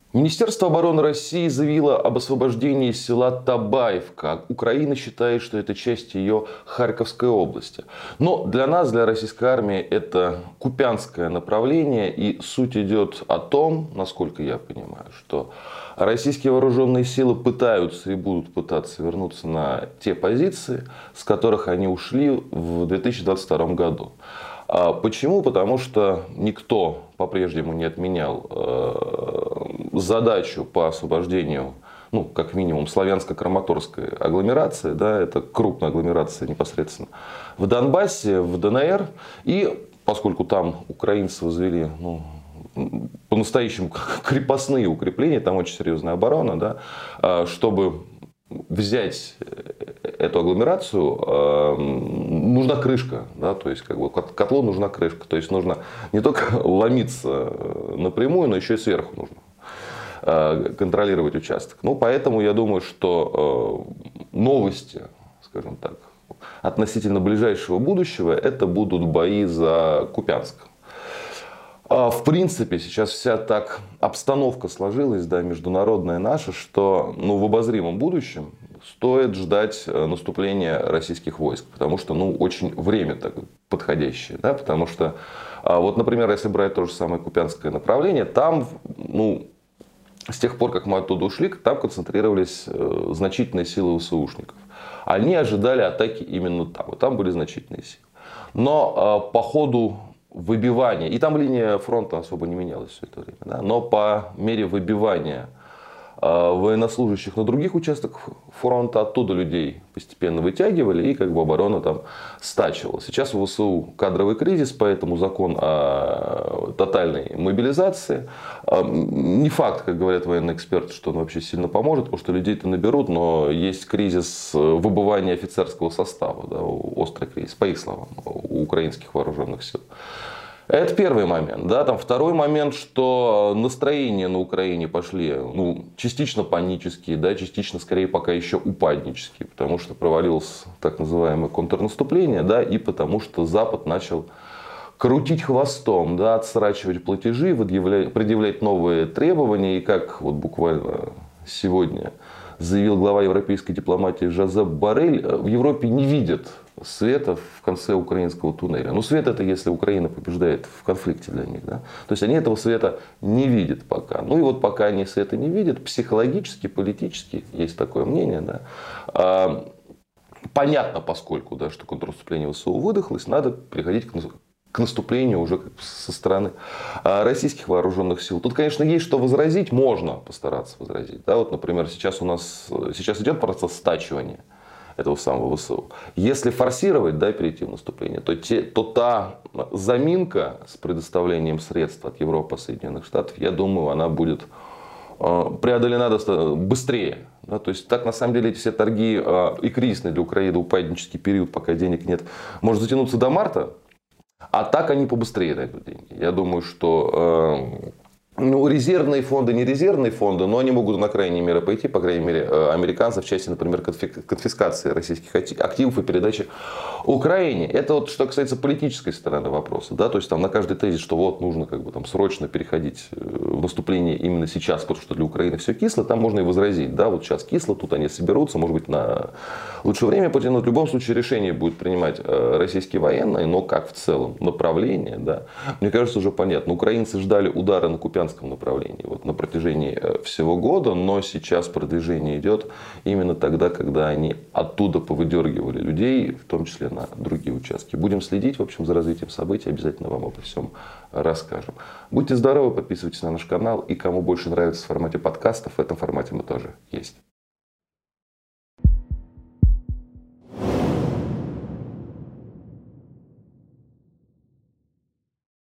Министерство обороны России заявило об освобождении села Табаевка. Украина считает, что это часть ее Харьковской области. Но для нас, для российской армии, это купянское направление. И суть идет о том, насколько я понимаю, что российские вооруженные силы пытаются и будут пытаться вернуться на те позиции, с которых они ушли в 2022 году. Почему? Потому что никто по-прежнему не отменял задачу по освобождению, ну, как минимум, славянско-краматорской агломерации, да, это крупная агломерация непосредственно в Донбассе, в ДНР. И поскольку там украинцы возвели, ну, по-настоящему крепостные укрепления, там очень серьезная оборона, да, чтобы взять эту агломерацию, нужна крышка, да, то есть как бы котлу нужна крышка, то есть нужно не только ломиться напрямую, но еще и сверху нужно контролировать участок. Ну, поэтому я думаю, что новости, скажем так, относительно ближайшего будущего, это будут бои за Купянск. В принципе, сейчас вся так обстановка сложилась, да, международная наша, что, ну, в обозримом будущем стоит ждать наступления российских войск. Потому что, ну, очень время так подходящее. Да, потому что, вот, например, если брать то же самое Купянское направление, там, ну, с тех пор, как мы оттуда ушли, там концентрировались значительные силы ВСУшников. Они ожидали атаки именно там. Вот там были значительные силы. Но по ходу выбивания, и там линия фронта особо не менялась все это время, да, но по мере выбивания военнослужащих на других участках фронта, оттуда людей постепенно вытягивали, и как бы оборона там стачивала. Сейчас у ВСУ кадровый кризис, поэтому закон о тотальной мобилизации. Не факт, как говорят военные эксперты, что он вообще сильно поможет, потому что людей-то наберут, но есть кризис выбывания офицерского состава, да, острый кризис, по их словам, у украинских вооруженных сил. Это первый момент. Да? Там второй момент, что настроения на Украине пошли, ну, частично панические, да, частично скорее пока еще упаднические, потому что провалилось так называемое контрнаступление, да, и потому что Запад начал крутить хвостом, да, отсрачивать платежи, предъявлять новые требования. И как вот буквально сегодня заявил глава европейской дипломатии Жозеп Боррель, в Европе не видят света в конце украинского туннеля. Ну, свет это если Украина побеждает в конфликте для них. Да? То есть они этого света не видят пока. Ну и вот пока они света не видят, психологически, политически, есть такое мнение, да, понятно, поскольку, да, что контрнаступление ВСУ выдохлось, надо переходить к наступлению уже со стороны российских вооруженных сил. Тут, конечно, есть что возразить, можно постараться возразить. Да, вот, например, сейчас идет процесс стачивания этого самого ВСУ. Если форсировать, да, перейти в наступление, то та заминка с предоставлением средств от Европы, Соединенных Штатов, я думаю, она будет преодолена быстрее. Да, то есть так на самом деле эти все торги и кризисный для Украины упаднический период, пока денег нет, может затянуться до марта. А так они побыстрее найдут деньги. Я думаю, что ну, резервные фонды, не резервные фонды, но они могут на крайние меры пойти, по крайней мере, американцев в части, например, конфискации российских активов и передачи Украине. Это вот что касается политической стороны вопроса. Да? То есть там на каждый тезис, что вот нужно как бы, там, срочно переходить в наступление именно сейчас, потому что для Украины все кисло, там можно и возразить. Да? Вот сейчас кисло, тут они соберутся, может быть, на лучшее время потянуть. В любом случае решение будет принимать российские военные, но как в целом направление, да? Мне кажется, уже понятно. Украинцы ждали удара на Купянском направлении вот, на протяжении всего года, но сейчас продвижение идет именно тогда, когда они оттуда повыдергивали людей, в том числе на другие участки. Будем следить, в общем, за развитием событий, обязательно вам обо всем расскажем. Будьте здоровы, подписывайтесь на наш канал, и кому больше нравится в формате подкастов, в этом формате мы тоже есть.